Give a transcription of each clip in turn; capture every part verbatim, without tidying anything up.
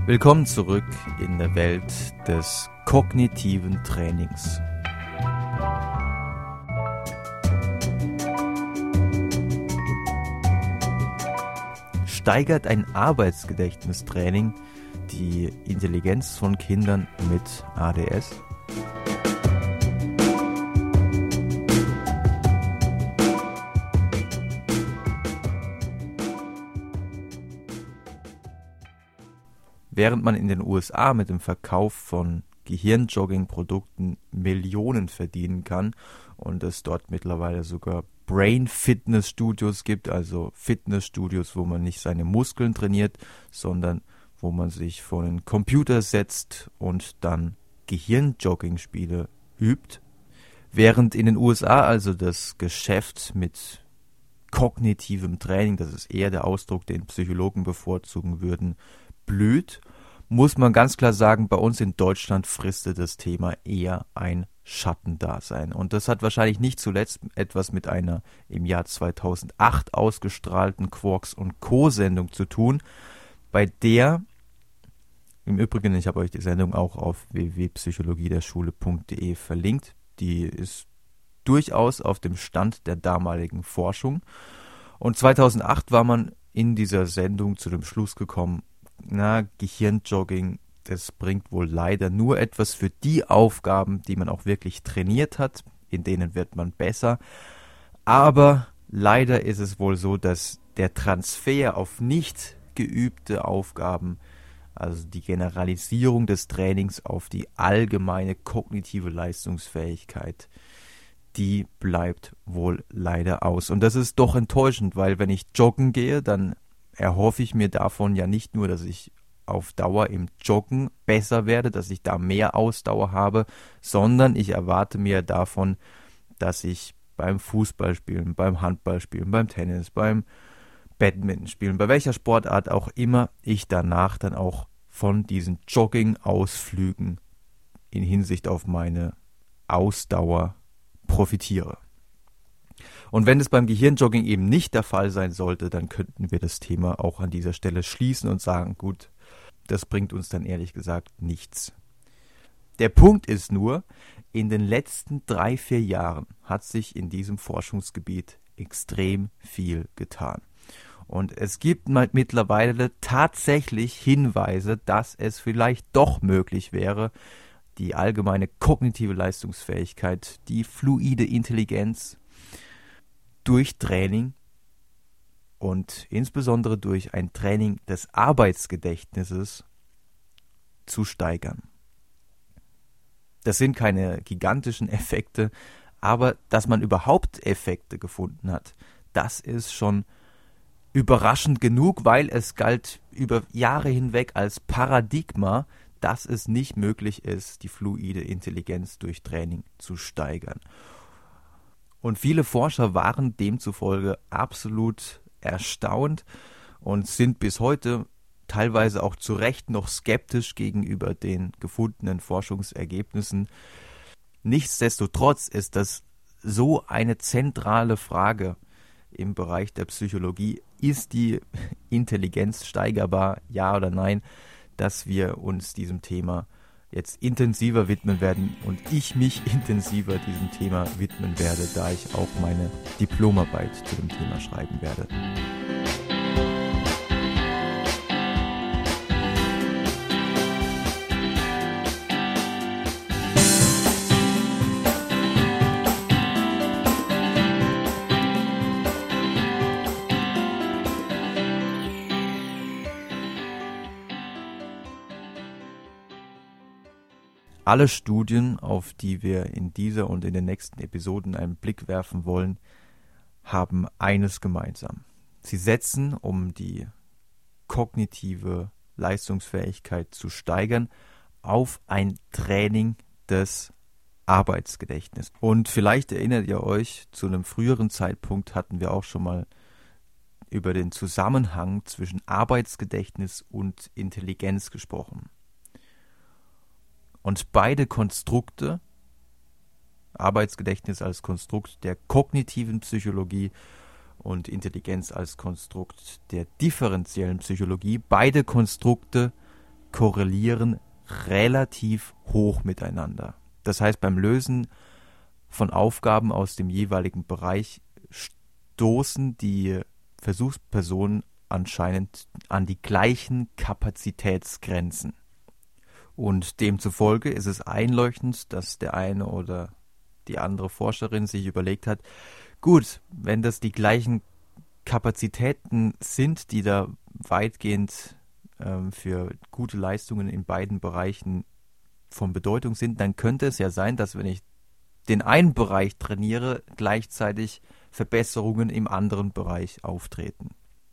Willkommen zurück in der Welt des kognitiven Trainings. Steigert ein Arbeitsgedächtnistraining die Intelligenz von Kindern mit A D S? Während man in den U S A mit dem Verkauf von Gehirnjogging-Produkten Millionen verdienen kann und es dort mittlerweile sogar Brain-Fitness-Studios gibt, also Fitnessstudios, wo man nicht seine Muskeln trainiert, sondern wo man sich vor einen Computer setzt und dann Gehirnjogging-Spiele übt. Während in den U S A also das Geschäft mit kognitivem Training, das ist eher der Ausdruck, den Psychologen bevorzugen würden, blüht, muss man ganz klar sagen, bei uns in Deutschland fristet das Thema eher ein Schattendasein. Und das hat wahrscheinlich nicht zuletzt etwas mit einer im Jahr zweitausendacht ausgestrahlten Quarks und Co. Sendung zu tun, bei der, im Übrigen, ich habe euch die Sendung auch auf w w w punkt psychologie der schule punkt de verlinkt, die ist durchaus auf dem Stand der damaligen Forschung. Und zweitausendacht war man in dieser Sendung zu dem Schluss gekommen, na, Gehirnjogging, das bringt wohl leider nur etwas für die Aufgaben, die man auch wirklich trainiert hat, in denen wird man besser. Aber leider ist es wohl so, dass der Transfer auf nicht geübte Aufgaben, also die Generalisierung des Trainings auf die allgemeine kognitive Leistungsfähigkeit, die bleibt wohl leider aus. Und das ist doch enttäuschend, weil wenn ich joggen gehe, dann erhoffe ich mir davon ja nicht nur, dass ich auf Dauer im Joggen besser werde, dass ich da mehr Ausdauer habe, sondern ich erwarte mir davon, dass ich beim Fußballspielen, beim Handballspielen, beim Tennis, beim Badmintonspielen, bei welcher Sportart auch immer, ich danach dann auch von diesen Jogging-Ausflügen in Hinsicht auf meine Ausdauer profitiere. Und wenn es beim Gehirnjogging eben nicht der Fall sein sollte, dann könnten wir das Thema auch an dieser Stelle schließen und sagen, gut, das bringt uns dann ehrlich gesagt nichts. Der Punkt ist nur, in den letzten drei, vier Jahren hat sich in diesem Forschungsgebiet extrem viel getan. Und es gibt mittlerweile tatsächlich Hinweise, dass es vielleicht doch möglich wäre, die allgemeine kognitive Leistungsfähigkeit, die fluide Intelligenz, durch Training und insbesondere durch ein Training des Arbeitsgedächtnisses zu steigern. Das sind keine gigantischen Effekte, aber dass man überhaupt Effekte gefunden hat, das ist schon überraschend genug, weil es galt über Jahre hinweg als Paradigma, dass es nicht möglich ist, die fluide Intelligenz durch Training zu steigern. Und viele Forscher waren demzufolge absolut erstaunt und sind bis heute teilweise auch zu Recht noch skeptisch gegenüber den gefundenen Forschungsergebnissen. Nichtsdestotrotz ist das so eine zentrale Frage im Bereich der Psychologie. Ist die Intelligenz steigerbar, ja oder nein, dass wir uns diesem Thema jetzt intensiver widmen werden und ich mich intensiver diesem Thema widmen werde, da ich auch meine Diplomarbeit zu dem Thema schreiben werde. Alle Studien, auf die wir in dieser und in den nächsten Episoden einen Blick werfen wollen, haben eines gemeinsam. Sie setzen, um die kognitive Leistungsfähigkeit zu steigern, auf ein Training des Arbeitsgedächtnisses. Und vielleicht erinnert ihr euch, zu einem früheren Zeitpunkt hatten wir auch schon mal über den Zusammenhang zwischen Arbeitsgedächtnis und Intelligenz gesprochen. Und beide Konstrukte, Arbeitsgedächtnis als Konstrukt der kognitiven Psychologie und Intelligenz als Konstrukt der differenziellen Psychologie, beide Konstrukte korrelieren relativ hoch miteinander. Das heißt, beim Lösen von Aufgaben aus dem jeweiligen Bereich stoßen die Versuchspersonen anscheinend an die gleichen Kapazitätsgrenzen. Und demzufolge ist es einleuchtend, dass der eine oder die andere Forscherin sich überlegt hat, gut, wenn das die gleichen Kapazitäten sind, die da weitgehend ähm, für gute Leistungen in beiden Bereichen von Bedeutung sind, dann könnte es ja sein, dass wenn ich den einen Bereich trainiere, gleichzeitig Verbesserungen im anderen Bereich auftreten.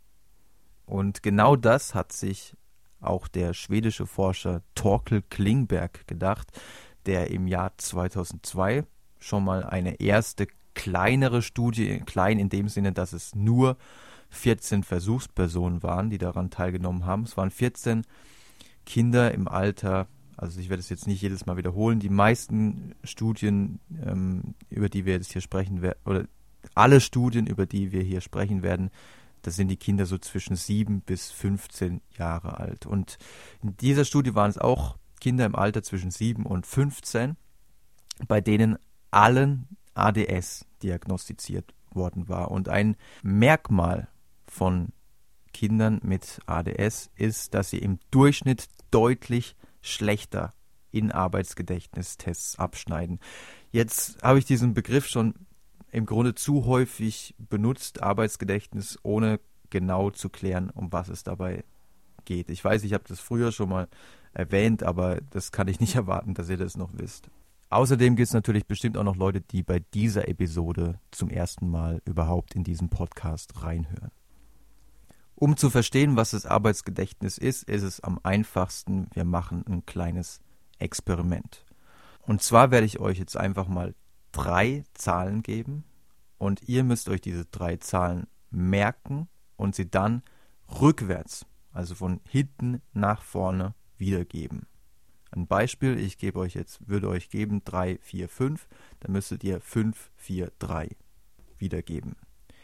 Und genau das hat sich auch der schwedische Forscher Torkel Klingberg gedacht, der im Jahr zweitausendzwei schon mal eine erste kleinere Studie, klein in dem Sinne, dass es nur vierzehn Versuchspersonen waren, die daran teilgenommen haben. Es waren vierzehn Kinder im Alter, also ich werde es jetzt nicht jedes Mal wiederholen, die meisten Studien, ähm, über die wir jetzt hier sprechen werden, oder alle Studien, über die wir hier sprechen werden, das sind die Kinder so zwischen sieben bis fünfzehn Jahre alt. Und in dieser Studie waren es auch Kinder im Alter zwischen sieben und fünfzehn, bei denen allen A D S diagnostiziert worden war. Und ein Merkmal von Kindern mit A D S ist, dass sie im Durchschnitt deutlich schlechter in Arbeitsgedächtnistests abschneiden. Jetzt habe ich diesen Begriff schon im Grunde zu häufig benutzt, Arbeitsgedächtnis, ohne genau zu klären, um was es dabei geht. Ich weiß, ich habe das früher schon mal erwähnt, aber das kann ich nicht erwarten, dass ihr das noch wisst. Außerdem gibt es natürlich bestimmt auch noch Leute, die bei dieser Episode zum ersten Mal überhaupt in diesen Podcast reinhören. Um zu verstehen, was das Arbeitsgedächtnis ist, ist es am einfachsten, wir machen ein kleines Experiment. Und zwar werde ich euch jetzt einfach mal drei Zahlen geben und ihr müsst euch diese drei Zahlen merken und sie dann rückwärts, also von hinten nach vorne, wiedergeben. Ein Beispiel, ich gebe euch jetzt, würde euch geben drei, vier, fünf, dann müsstet ihr fünf, vier, drei wiedergeben.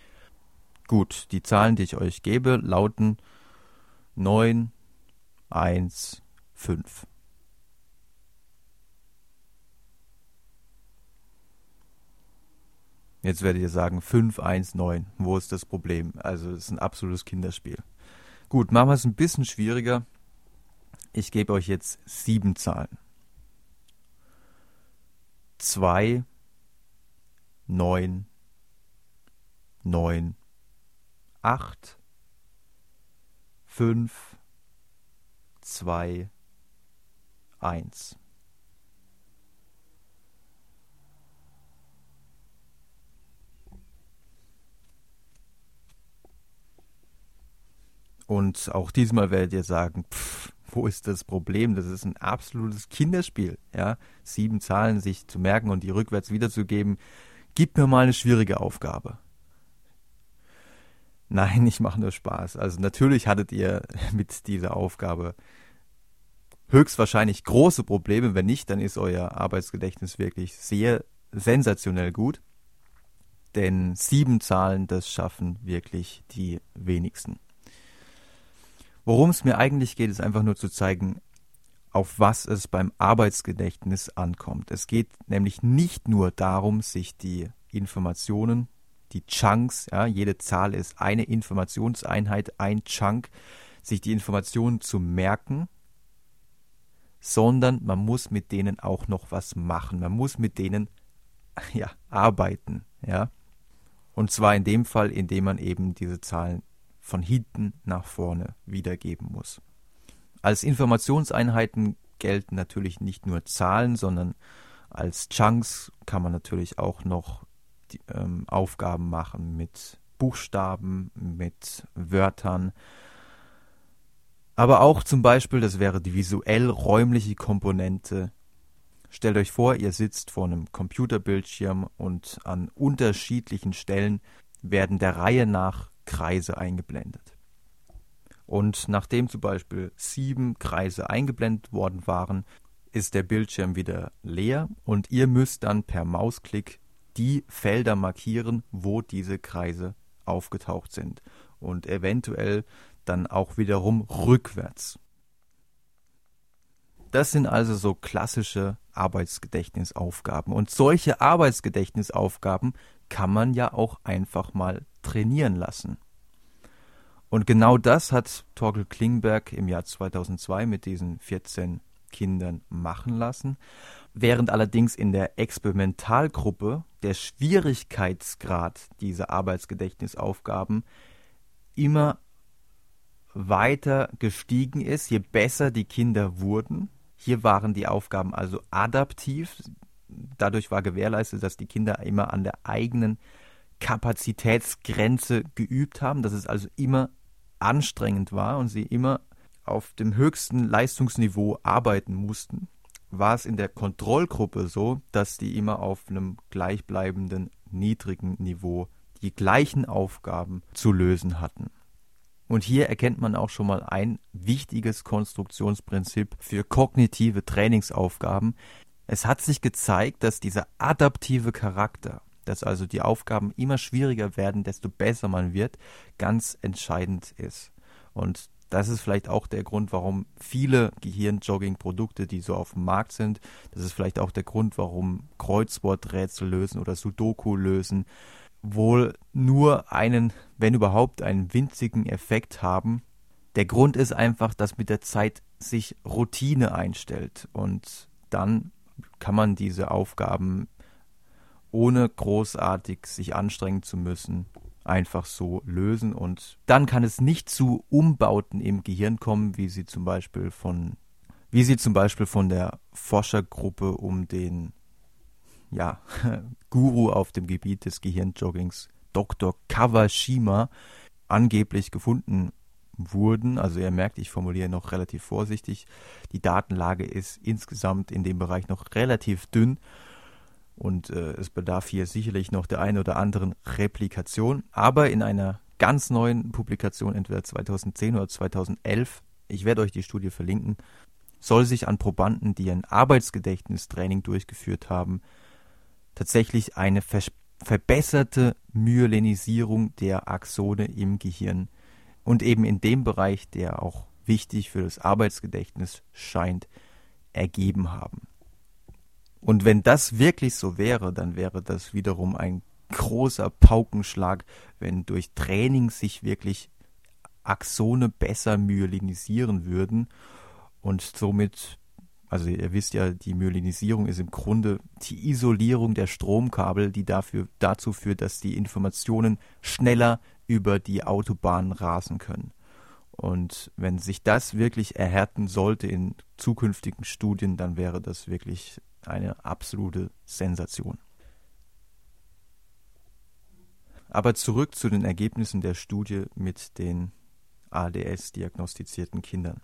Gut, die Zahlen, die ich euch gebe, lauten neun, eins, fünf. Jetzt werdet ihr sagen, fünf, eins, neun, wo ist das Problem? Also es ist ein absolutes Kinderspiel. Gut, machen wir es ein bisschen schwieriger. Ich gebe euch jetzt sieben Zahlen. zwei, neun, neun, acht, fünf, zwei, eins. Und auch diesmal werdet ihr sagen, pff, wo ist das Problem? Das ist ein absolutes Kinderspiel. Ja? Sieben Zahlen sich zu merken und die rückwärts wiederzugeben, gibt mir mal eine schwierige Aufgabe. Nein, ich mache nur Spaß. Also natürlich hattet ihr mit dieser Aufgabe höchstwahrscheinlich große Probleme. Wenn nicht, dann ist euer Arbeitsgedächtnis wirklich sehr sensationell gut. Denn sieben Zahlen, das schaffen wirklich die wenigsten. Worum es mir eigentlich geht, ist einfach nur zu zeigen, auf was es beim Arbeitsgedächtnis ankommt. Es geht nämlich nicht nur darum, sich die Informationen, die Chunks, ja, jede Zahl ist eine Informationseinheit, ein Chunk, sich die Informationen zu merken, sondern man muss mit denen auch noch was machen. Man muss mit denen ja, arbeiten. Ja? Und zwar in dem Fall, indem man eben diese Zahlen von hinten nach vorne wiedergeben muss. Als Informationseinheiten gelten natürlich nicht nur Zahlen, sondern als Chunks kann man natürlich auch noch die, ähm, Aufgaben machen mit Buchstaben, mit Wörtern. Aber auch zum Beispiel, das wäre die visuell-räumliche Komponente. Stellt euch vor, ihr sitzt vor einem Computerbildschirm und an unterschiedlichen Stellen werden der Reihe nach Kreise eingeblendet. Und nachdem zum Beispiel sieben Kreise eingeblendet worden waren, ist der Bildschirm wieder leer und ihr müsst dann per Mausklick die Felder markieren, wo diese Kreise aufgetaucht sind und eventuell dann auch wiederum rückwärts. Das sind also so klassische Arbeitsgedächtnisaufgaben. Und solche Arbeitsgedächtnisaufgaben kann man ja auch einfach mal trainieren lassen. Und genau das hat Torkel Klingberg im Jahr zweitausendzwei mit diesen vierzehn Kindern machen lassen. Während allerdings in der Experimentalgruppe der Schwierigkeitsgrad dieser Arbeitsgedächtnisaufgaben immer weiter gestiegen ist, je besser die Kinder wurden. Hier waren die Aufgaben also adaptiv. Dadurch war gewährleistet, dass die Kinder immer an der eigenen Kapazitätsgrenze geübt haben, dass es also immer anstrengend war und sie immer auf dem höchsten Leistungsniveau arbeiten mussten. War es in der Kontrollgruppe so, dass die immer auf einem gleichbleibenden, niedrigen Niveau die gleichen Aufgaben zu lösen hatten. Und hier erkennt man auch schon mal ein wichtiges Konstruktionsprinzip für kognitive Trainingsaufgaben. Es hat sich gezeigt, dass dieser adaptive Charakter, dass also die Aufgaben immer schwieriger werden, desto besser man wird, ganz entscheidend ist. Und das ist vielleicht auch der Grund, warum viele Gehirnjogging-Produkte, die so auf dem Markt sind, das ist vielleicht auch der Grund, warum Kreuzworträtsel lösen oder Sudoku lösen, wohl nur einen, wenn überhaupt, einen winzigen Effekt haben. Der Grund ist einfach, dass mit der Zeit sich Routine einstellt und dann kann man diese Aufgaben ohne großartig sich anstrengen zu müssen einfach so lösen und dann kann es nicht zu Umbauten im Gehirn kommen, wie sie zum Beispiel von, wie sie zum Beispiel von der Forschergruppe um den ja, Guru auf dem Gebiet des Gehirnjoggings, Doktor Kawashima, angeblich gefunden wurden. Also ihr merkt, ich formuliere noch relativ vorsichtig. Die Datenlage ist insgesamt in dem Bereich noch relativ dünn und äh, es bedarf hier sicherlich noch der einen oder anderen Replikation. Aber in einer ganz neuen Publikation, entweder zweitausendzehn oder zweitausendelf, ich werde euch die Studie verlinken, soll sich an Probanden, die ein Arbeitsgedächtnistraining durchgeführt haben, tatsächlich eine ver- verbesserte Myelinisierung der Axone im Gehirn und eben in dem Bereich, der auch wichtig für das Arbeitsgedächtnis scheint, ergeben haben. Und wenn das wirklich so wäre, dann wäre das wiederum ein großer Paukenschlag, wenn durch Training sich wirklich Axone besser myelinisieren würden und somit, also ihr wisst ja, die Myelinisierung ist im Grunde die Isolierung der Stromkabel, die dafür, dazu führt, dass die Informationen schneller über die Autobahn rasen können. Und wenn sich das wirklich erhärten sollte in zukünftigen Studien, dann wäre das wirklich eine absolute Sensation. Aber zurück zu den Ergebnissen der Studie mit den A D S-diagnostizierten Kindern.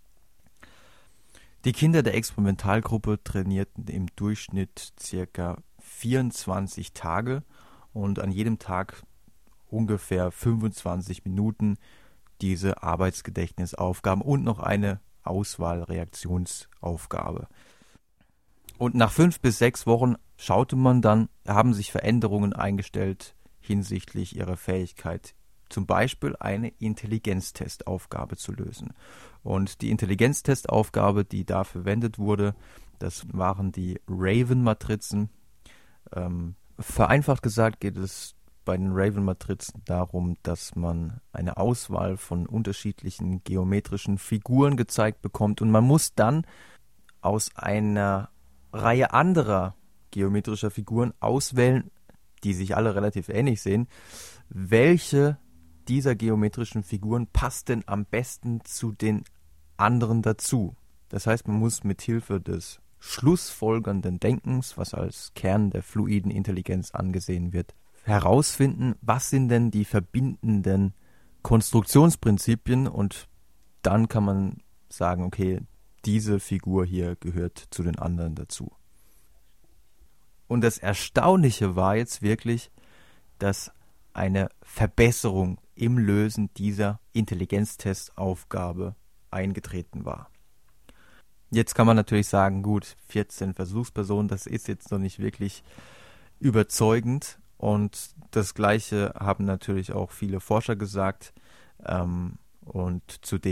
Die Kinder der Experimentalgruppe trainierten im Durchschnitt circa vierundzwanzig Tage und an jedem Tag ungefähr fünfundzwanzig Minuten diese Arbeitsgedächtnisaufgaben und noch eine Auswahlreaktionsaufgabe. Und nach fünf bis sechs Wochen schaute man dann, haben sich Veränderungen eingestellt hinsichtlich ihrer Fähigkeit, zum Beispiel eine Intelligenztestaufgabe zu lösen. Und die Intelligenztestaufgabe, die da verwendet wurde, das waren die Raven-Matrizen. Ähm, vereinfacht gesagt geht es bei den Raven-Matrizen darum, dass man eine Auswahl von unterschiedlichen geometrischen Figuren gezeigt bekommt und man muss dann aus einer Reihe anderer geometrischer Figuren auswählen, die sich alle relativ ähnlich sehen, welche dieser geometrischen Figuren passt denn am besten zu den anderen dazu. Das heißt, man muss mit Hilfe des schlussfolgernden Denkens, was als Kern der fluiden Intelligenz angesehen wird, herausfinden, was sind denn die verbindenden Konstruktionsprinzipien und dann kann man sagen, okay, diese Figur hier gehört zu den anderen dazu. Und das Erstaunliche war jetzt wirklich, dass eine Verbesserung im Lösen dieser Intelligenztestaufgabe eingetreten war. Jetzt kann man natürlich sagen, gut, vierzehn Versuchspersonen, das ist jetzt noch nicht wirklich überzeugend. Und das Gleiche haben natürlich auch viele Forscher gesagt. Ähm, und zudem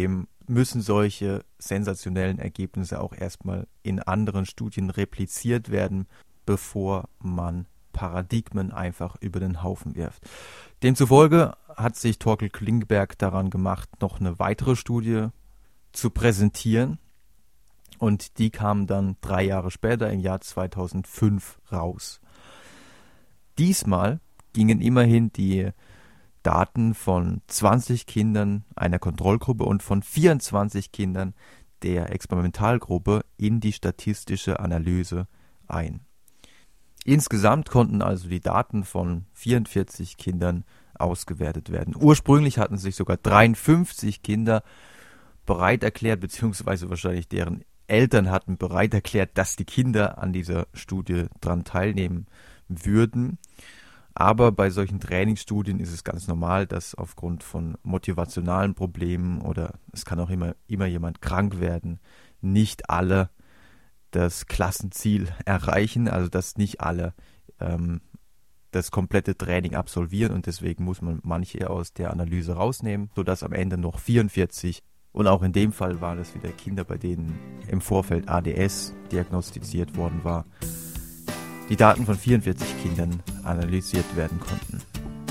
müssen solche sensationellen Ergebnisse auch erstmal in anderen Studien repliziert werden, bevor man Paradigmen einfach über den Haufen wirft. Demzufolge hat sich Torkel Klingberg daran gemacht, noch eine weitere Studie zu präsentieren, und die kam dann drei Jahre später im Jahr zweitausendfünf raus. Diesmal gingen immerhin die Daten von zwanzig Kindern einer Kontrollgruppe und von vierundzwanzig Kindern der Experimentalgruppe in die statistische Analyse ein. Insgesamt konnten also die Daten von vierundvierzig Kindern ausgewertet werden. Ursprünglich hatten sich sogar dreiundfünfzig Kinder bereit erklärt, beziehungsweise wahrscheinlich deren Eltern hatten bereit erklärt, dass die Kinder an dieser Studie dran teilnehmen würden. Aber bei solchen Trainingsstudien ist es ganz normal, dass aufgrund von motivationalen Problemen oder es kann auch immer, immer jemand krank werden, nicht alle das Klassenziel erreichen, also dass nicht alle ähm, das komplette Training absolvieren, und deswegen muss man manche aus der Analyse rausnehmen, sodass am Ende noch vierundvierzig, und auch in dem Fall waren es wieder Kinder, bei denen im Vorfeld A D S diagnostiziert worden war, die Daten von vierundvierzig Kindern analysiert werden konnten.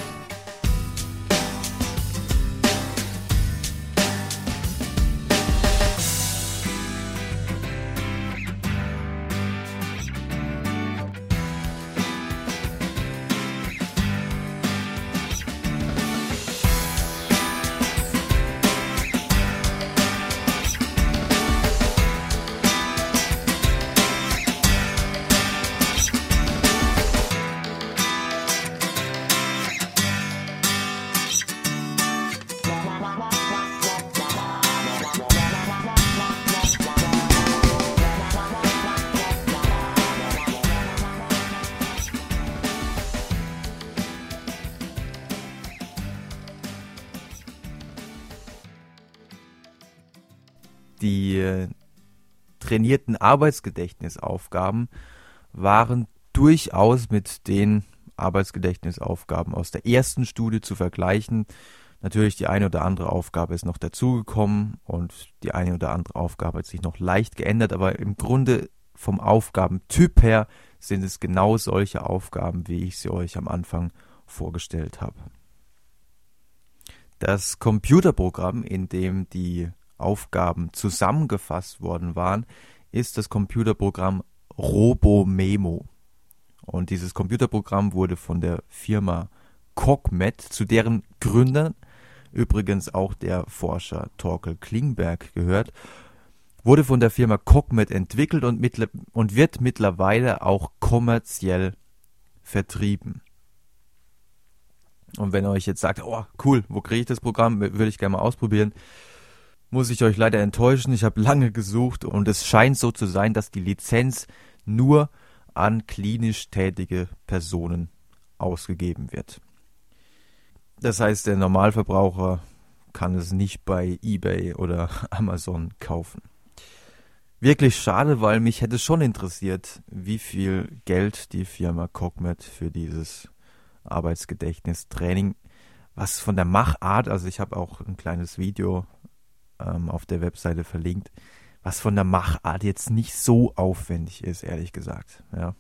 Die äh, trainierten Arbeitsgedächtnisaufgaben waren durchaus mit den Arbeitsgedächtnisaufgaben aus der ersten Studie zu vergleichen. Natürlich, die eine oder andere Aufgabe ist noch dazugekommen und die eine oder andere Aufgabe hat sich noch leicht geändert, aber im Grunde vom Aufgabentyp her sind es genau solche Aufgaben, wie ich sie euch am Anfang vorgestellt habe. Das Computerprogramm, in dem die Aufgaben zusammengefasst worden waren, ist das Computerprogramm RoboMemo. Und dieses Computerprogramm wurde von der Firma CogMed, zu deren Gründern übrigens auch der Forscher Torkel Klingberg gehört, wurde von der Firma CogMed entwickelt und, mittler- und wird mittlerweile auch kommerziell vertrieben. Und wenn ihr euch jetzt sagt, oh cool, wo kriege ich das Programm, würde ich gerne mal ausprobieren, muss ich euch leider enttäuschen. Ich habe lange gesucht und es scheint so zu sein, dass die Lizenz nur an klinisch tätige Personen ausgegeben wird. Das heißt, der Normalverbraucher kann es nicht bei eBay oder Amazon kaufen. Wirklich schade, weil mich hätte schon interessiert, wie viel Geld die Firma CogMed für dieses Arbeitsgedächtnistraining, was von der Machart, also ich habe auch ein kleines Video ähm, auf der Webseite verlinkt, was von der Machart jetzt nicht so aufwendig ist, ehrlich gesagt. Ja.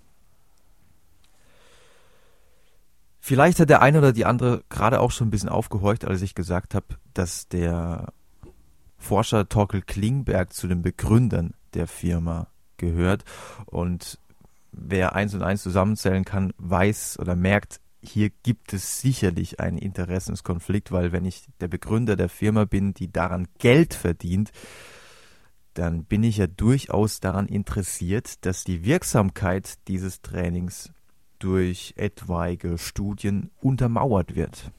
Vielleicht hat der eine oder die andere gerade auch schon ein bisschen aufgehorcht, als ich gesagt habe, dass der Forscher Torkel Klingberg zu den Begründern der Firma gehört. Und wer eins und eins zusammenzählen kann, weiß oder merkt, hier gibt es sicherlich einen Interessenskonflikt, weil wenn ich der Begründer der Firma bin, die daran Geld verdient, dann bin ich ja durchaus daran interessiert, dass die Wirksamkeit dieses Trainings durch etwaige Studien untermauert wird.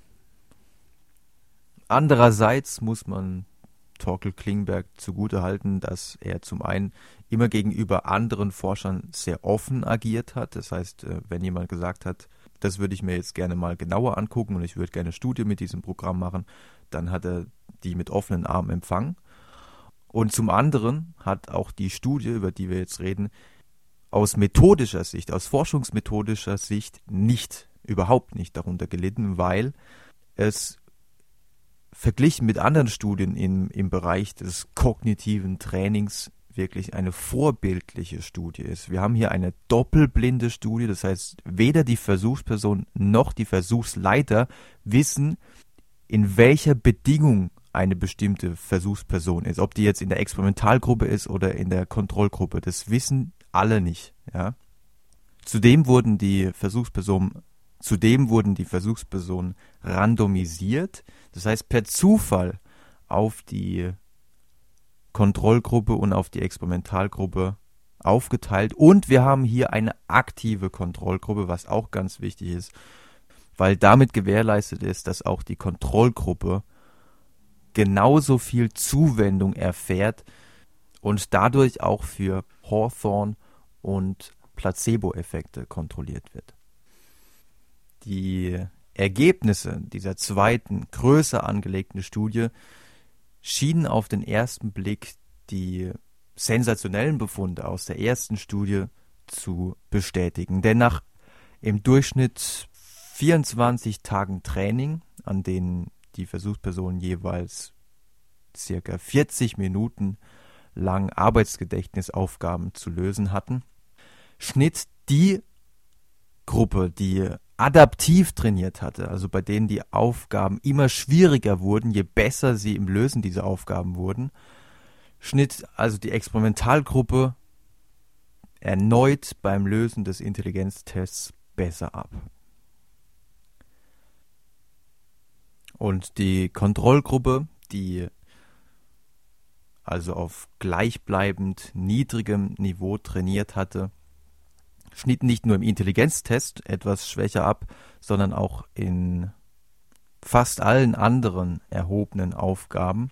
Andererseits muss man Torkel Klingberg zugutehalten, dass er zum einen immer gegenüber anderen Forschern sehr offen agiert hat. Das heißt, wenn jemand gesagt hat, das würde ich mir jetzt gerne mal genauer angucken und ich würde gerne eine Studie mit diesem Programm machen, dann hat er die mit offenen Armen empfangen. Und zum anderen hat auch die Studie, über die wir jetzt reden, aus methodischer Sicht, aus forschungsmethodischer Sicht nicht, überhaupt nicht darunter gelitten, weil es verglichen mit anderen Studien im, im Bereich des kognitiven Trainings wirklich eine vorbildliche Studie ist. Wir haben hier eine doppelblinde Studie, das heißt, weder die Versuchsperson noch die Versuchsleiter wissen, in welcher Bedingung eine bestimmte Versuchsperson ist. Ob die jetzt in der Experimentalgruppe ist oder in der Kontrollgruppe, das wissen alle nicht. Ja? Zudem wurden die Versuchspersonen Zudem wurden die Versuchspersonen randomisiert, das heißt per Zufall auf die Kontrollgruppe und auf die Experimentalgruppe aufgeteilt. Und wir haben hier eine aktive Kontrollgruppe, was auch ganz wichtig ist, weil damit gewährleistet ist, dass auch die Kontrollgruppe genauso viel Zuwendung erfährt und dadurch auch für Hawthorne und Placebo-Effekte kontrolliert wird. Die Ergebnisse dieser zweiten, größer angelegten Studie schienen auf den ersten Blick die sensationellen Befunde aus der ersten Studie zu bestätigen. Denn nach im Durchschnitt vierundzwanzig Tagen Training, an denen die Versuchspersonen jeweils circa vierzig Minuten lang Arbeitsgedächtnisaufgaben zu lösen hatten, schnitt die Gruppe, die adaptiv trainiert hatte, also bei denen die Aufgaben immer schwieriger wurden, je besser sie im Lösen dieser Aufgaben wurden, schnitt also die Experimentalgruppe erneut beim Lösen des Intelligenztests besser ab. Und die Kontrollgruppe, die also auf gleichbleibend niedrigem Niveau trainiert hatte, schnitt nicht nur im Intelligenztest etwas schwächer ab, sondern auch in fast allen anderen erhobenen Aufgaben.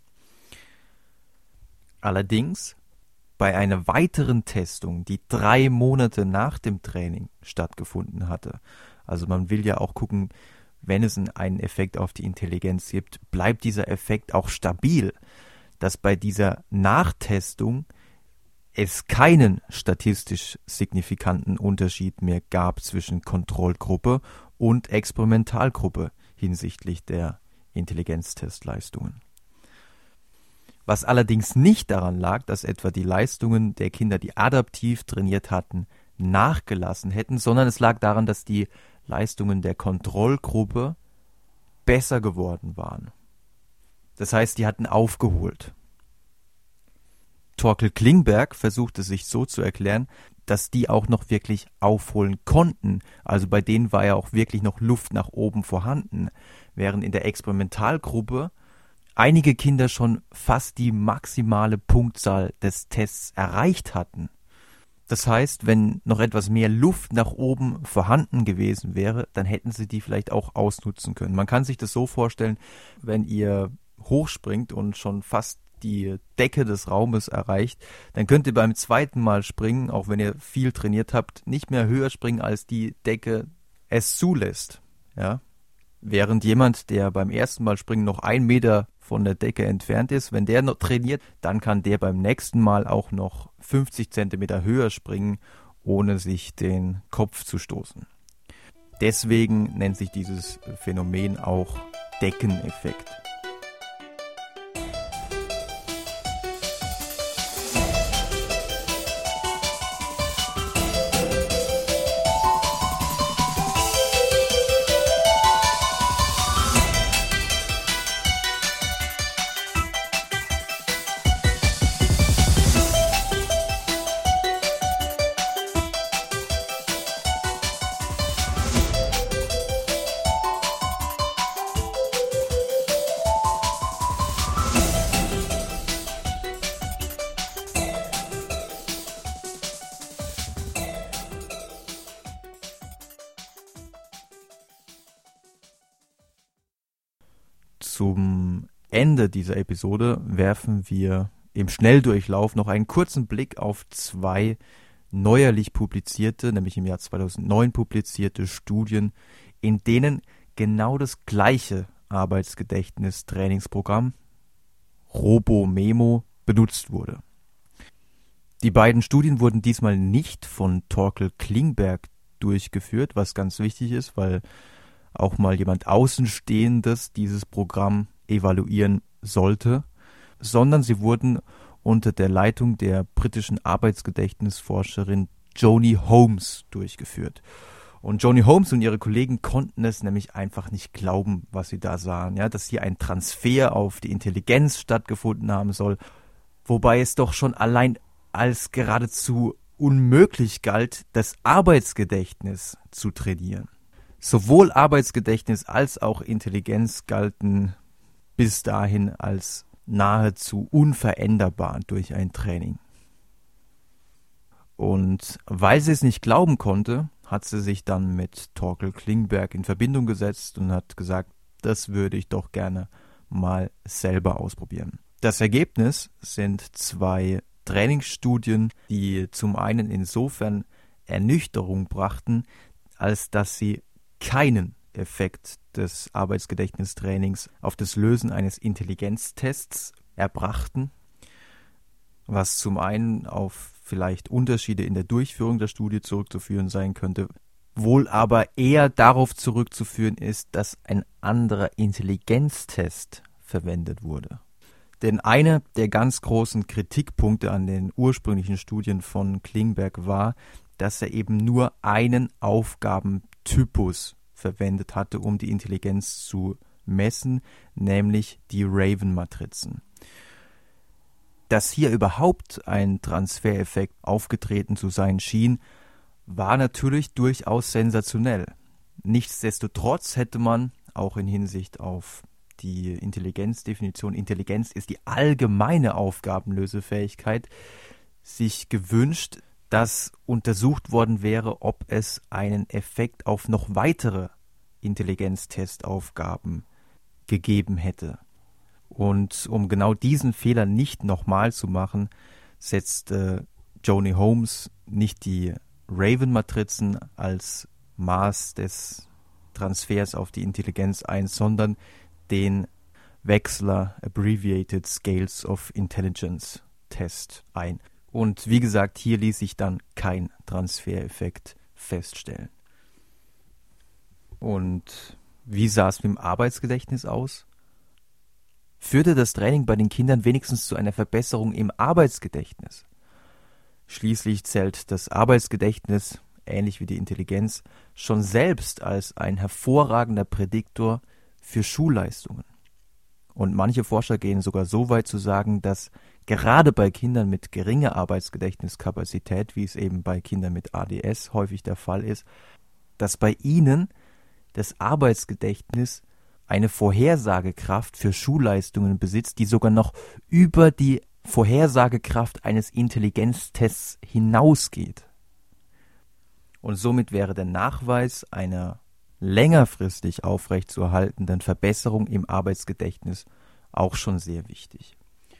Allerdings bei einer weiteren Testung, die drei Monate nach dem Training stattgefunden hatte, also man will ja auch gucken, wenn es einen Effekt auf die Intelligenz gibt, bleibt dieser Effekt auch stabil, dass bei dieser Nachtestung es keinen statistisch signifikanten Unterschied mehr gab zwischen Kontrollgruppe und Experimentalgruppe hinsichtlich der Intelligenztestleistungen. Was allerdings nicht daran lag, dass etwa die Leistungen der Kinder, die adaptiv trainiert hatten, nachgelassen hätten, sondern es lag daran, dass die Leistungen der Kontrollgruppe besser geworden waren. Das heißt, die hatten aufgeholt. Torkel Klingberg versuchte sich so zu erklären, dass die auch noch wirklich aufholen konnten. Also bei denen war ja auch wirklich noch Luft nach oben vorhanden, während in der Experimentalgruppe einige Kinder schon fast die maximale Punktzahl des Tests erreicht hatten. Das heißt, wenn noch etwas mehr Luft nach oben vorhanden gewesen wäre, dann hätten sie die vielleicht auch ausnutzen können. Man kann sich das so vorstellen, wenn ihr hochspringt und schon fast die Decke des Raumes erreicht, dann könnt ihr beim zweiten Mal springen, auch wenn ihr viel trainiert habt, nicht mehr höher springen, als die Decke es zulässt. Ja? Während jemand, der beim ersten Mal springen noch ein Meter von der Decke entfernt ist, wenn der noch trainiert, dann kann der beim nächsten Mal auch noch fünfzig Zentimeter höher springen, ohne sich den Kopf zu stoßen. Deswegen nennt sich dieses Phänomen auch Deckeneffekt. Zum Ende dieser Episode werfen wir im Schnelldurchlauf noch einen kurzen Blick auf zwei neuerlich publizierte, nämlich im Jahr zweitausendneun publizierte Studien, in denen genau das gleiche Arbeitsgedächtnis-Trainingsprogramm RoboMemo benutzt wurde. Die beiden Studien wurden diesmal nicht von Torkel Klingberg durchgeführt, was ganz wichtig ist, weil auch mal jemand Außenstehendes dieses Programm evaluieren sollte, sondern sie wurden unter der Leitung der britischen Arbeitsgedächtnisforscherin Joni Holmes durchgeführt. Und Joni Holmes und ihre Kollegen konnten es nämlich einfach nicht glauben, was sie da sahen, ja, dass hier ein Transfer auf die Intelligenz stattgefunden haben soll, wobei es doch schon allein als geradezu unmöglich galt, das Arbeitsgedächtnis zu trainieren. Sowohl Arbeitsgedächtnis als auch Intelligenz galten bis dahin als nahezu unveränderbar durch ein Training. Und weil sie es nicht glauben konnte, hat sie sich dann mit Torkel Klingberg in Verbindung gesetzt und hat gesagt, das würde ich doch gerne mal selber ausprobieren. Das Ergebnis sind zwei Trainingsstudien, die zum einen insofern Ernüchterung brachten, als dass sie keinen Effekt des Arbeitsgedächtnistrainings auf das Lösen eines Intelligenztests erbrachten, was zum einen auf vielleicht Unterschiede in der Durchführung der Studie zurückzuführen sein könnte, wohl aber eher darauf zurückzuführen ist, dass ein anderer Intelligenztest verwendet wurde. Denn einer der ganz großen Kritikpunkte an den ursprünglichen Studien von Klingberg war, dass er eben nur einen Aufgabentypus verwendet hatte, um die Intelligenz zu messen, nämlich die Raven-Matrizen. Dass hier überhaupt ein Transfereffekt aufgetreten zu sein schien, war natürlich durchaus sensationell. Nichtsdestotrotz hätte man, auch in Hinsicht auf die Intelligenzdefinition, Intelligenz ist die allgemeine Aufgabenlösefähigkeit, sich gewünscht, dass untersucht worden wäre, ob es einen Effekt auf noch weitere Intelligenztestaufgaben gegeben hätte. Und um genau diesen Fehler nicht nochmal zu machen, setzte Joni Holmes nicht die Raven-Matrizen als Maß des Transfers auf die Intelligenz ein, sondern den Wechsler Abbreviated Scales of Intelligence Test ein. Und wie gesagt, hier ließ sich dann kein Transfereffekt feststellen. Und wie sah es mit dem Arbeitsgedächtnis aus? Führte das Training bei den Kindern wenigstens zu einer Verbesserung im Arbeitsgedächtnis? Schließlich zählt das Arbeitsgedächtnis, ähnlich wie die Intelligenz, schon selbst als ein hervorragender Prädiktor für Schulleistungen. Und manche Forscher gehen sogar so weit zu sagen, dass gerade bei Kindern mit geringer Arbeitsgedächtniskapazität, wie es eben bei Kindern mit A D S häufig der Fall ist, dass bei ihnen das Arbeitsgedächtnis eine Vorhersagekraft für Schulleistungen besitzt, die sogar noch über die Vorhersagekraft eines Intelligenztests hinausgeht. Und somit wäre der Nachweis einer längerfristig aufrechtzuerhaltenden Verbesserung im Arbeitsgedächtnis auch schon sehr wichtig.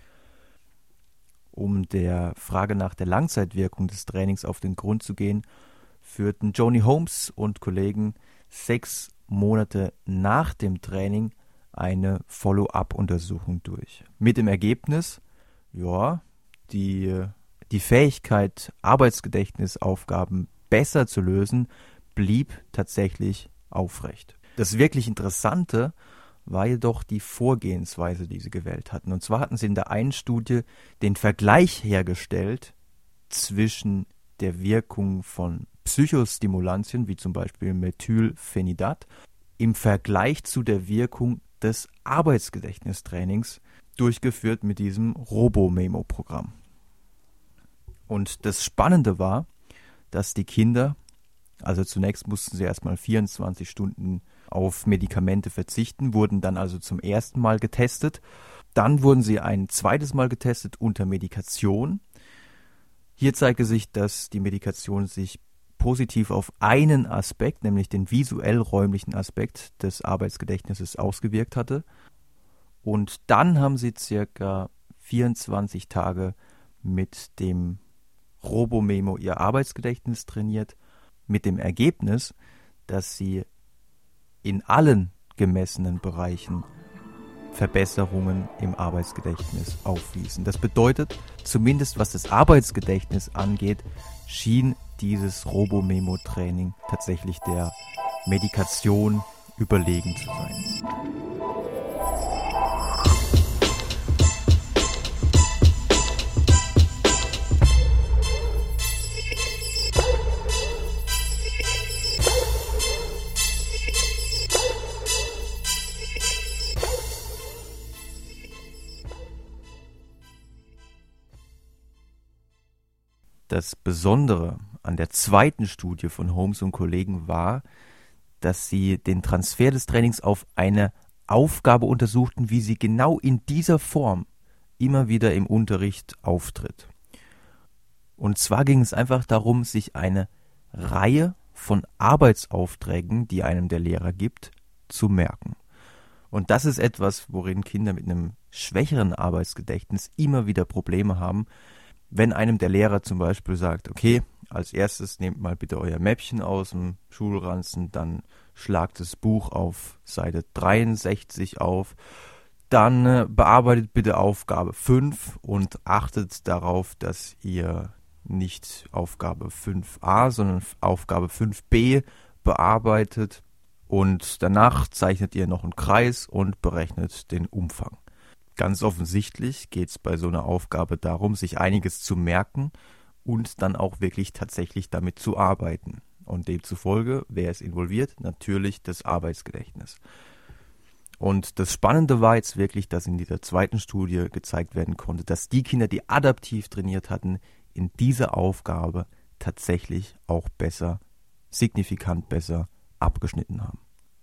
Um der Frage nach der Langzeitwirkung des Trainings auf den Grund zu gehen, führten Joni Holmes und Kollegen sechs Monate nach dem Training eine Follow-up-Untersuchung durch. Mit dem Ergebnis, ja, die, die Fähigkeit, Arbeitsgedächtnisaufgaben besser zu lösen, blieb tatsächlich aufrecht. Das wirklich Interessante war jedoch die Vorgehensweise, die sie gewählt hatten. Und zwar hatten sie in der einen Studie den Vergleich hergestellt zwischen der Wirkung von Psychostimulantien, wie zum Beispiel Methylphenidat, im Vergleich zu der Wirkung des Arbeitsgedächtnistrainings, durchgeführt mit diesem Robo-Memo-Programm. Und das Spannende war, dass die Kinder, also zunächst mussten sie erstmal vierundzwanzig Stunden auf Medikamente verzichten, wurden dann also zum ersten Mal getestet. Dann wurden sie ein zweites Mal getestet unter Medikation. Hier zeigte sich, dass die Medikation sich positiv auf einen Aspekt, nämlich den visuell-räumlichen Aspekt des Arbeitsgedächtnisses ausgewirkt hatte. Und dann haben sie circa vierundzwanzig Tage mit dem Robo-Memo ihr Arbeitsgedächtnis trainiert, mit dem Ergebnis, dass sie in allen gemessenen Bereichen Verbesserungen im Arbeitsgedächtnis aufwiesen. Das bedeutet, zumindest was das Arbeitsgedächtnis angeht, schien dieses Robo-Memo-Training tatsächlich der Medikation überlegen zu sein. Das Besondere an der zweiten Studie von Holmes und Kollegen war, dass sie den Transfer des Trainings auf eine Aufgabe untersuchten, wie sie genau in dieser Form immer wieder im Unterricht auftritt. Und zwar ging es einfach darum, sich eine Reihe von Arbeitsaufträgen, die einem der Lehrer gibt, zu merken. Und das ist etwas, worin Kinder mit einem schwächeren Arbeitsgedächtnis immer wieder Probleme haben, wenn einem der Lehrer zum Beispiel sagt, okay, als erstes nehmt mal bitte euer Mäppchen aus dem Schulranzen, dann schlagt das Buch auf Seite dreiundsechzig auf, dann äh, bearbeitet bitte Aufgabe fünf und achtet darauf, dass ihr nicht Aufgabe fünf a, sondern Aufgabe fünf b bearbeitet und danach zeichnet ihr noch einen Kreis und berechnet den Umfang. Ganz offensichtlich geht es bei so einer Aufgabe darum, sich einiges zu merken und dann auch wirklich tatsächlich damit zu arbeiten. Und demzufolge, wer ist involviert? Natürlich das Arbeitsgedächtnis. Und das Spannende war jetzt wirklich, dass in dieser zweiten Studie gezeigt werden konnte, dass die Kinder, die adaptiv trainiert hatten, in dieser Aufgabe tatsächlich auch besser, signifikant besser abgeschnitten haben.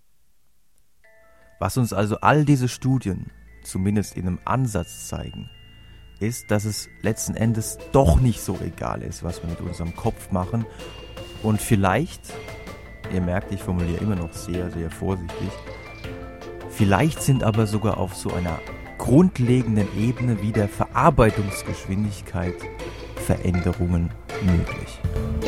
Was uns also all diese Studien zumindest in einem Ansatz zeigen, ist, dass es letzten Endes doch nicht so egal ist, was wir mit unserem Kopf machen. Und vielleicht, ihr merkt, ich formuliere immer noch sehr, sehr vorsichtig, vielleicht sind aber sogar auf so einer grundlegenden Ebene wie der Verarbeitungsgeschwindigkeit Veränderungen möglich.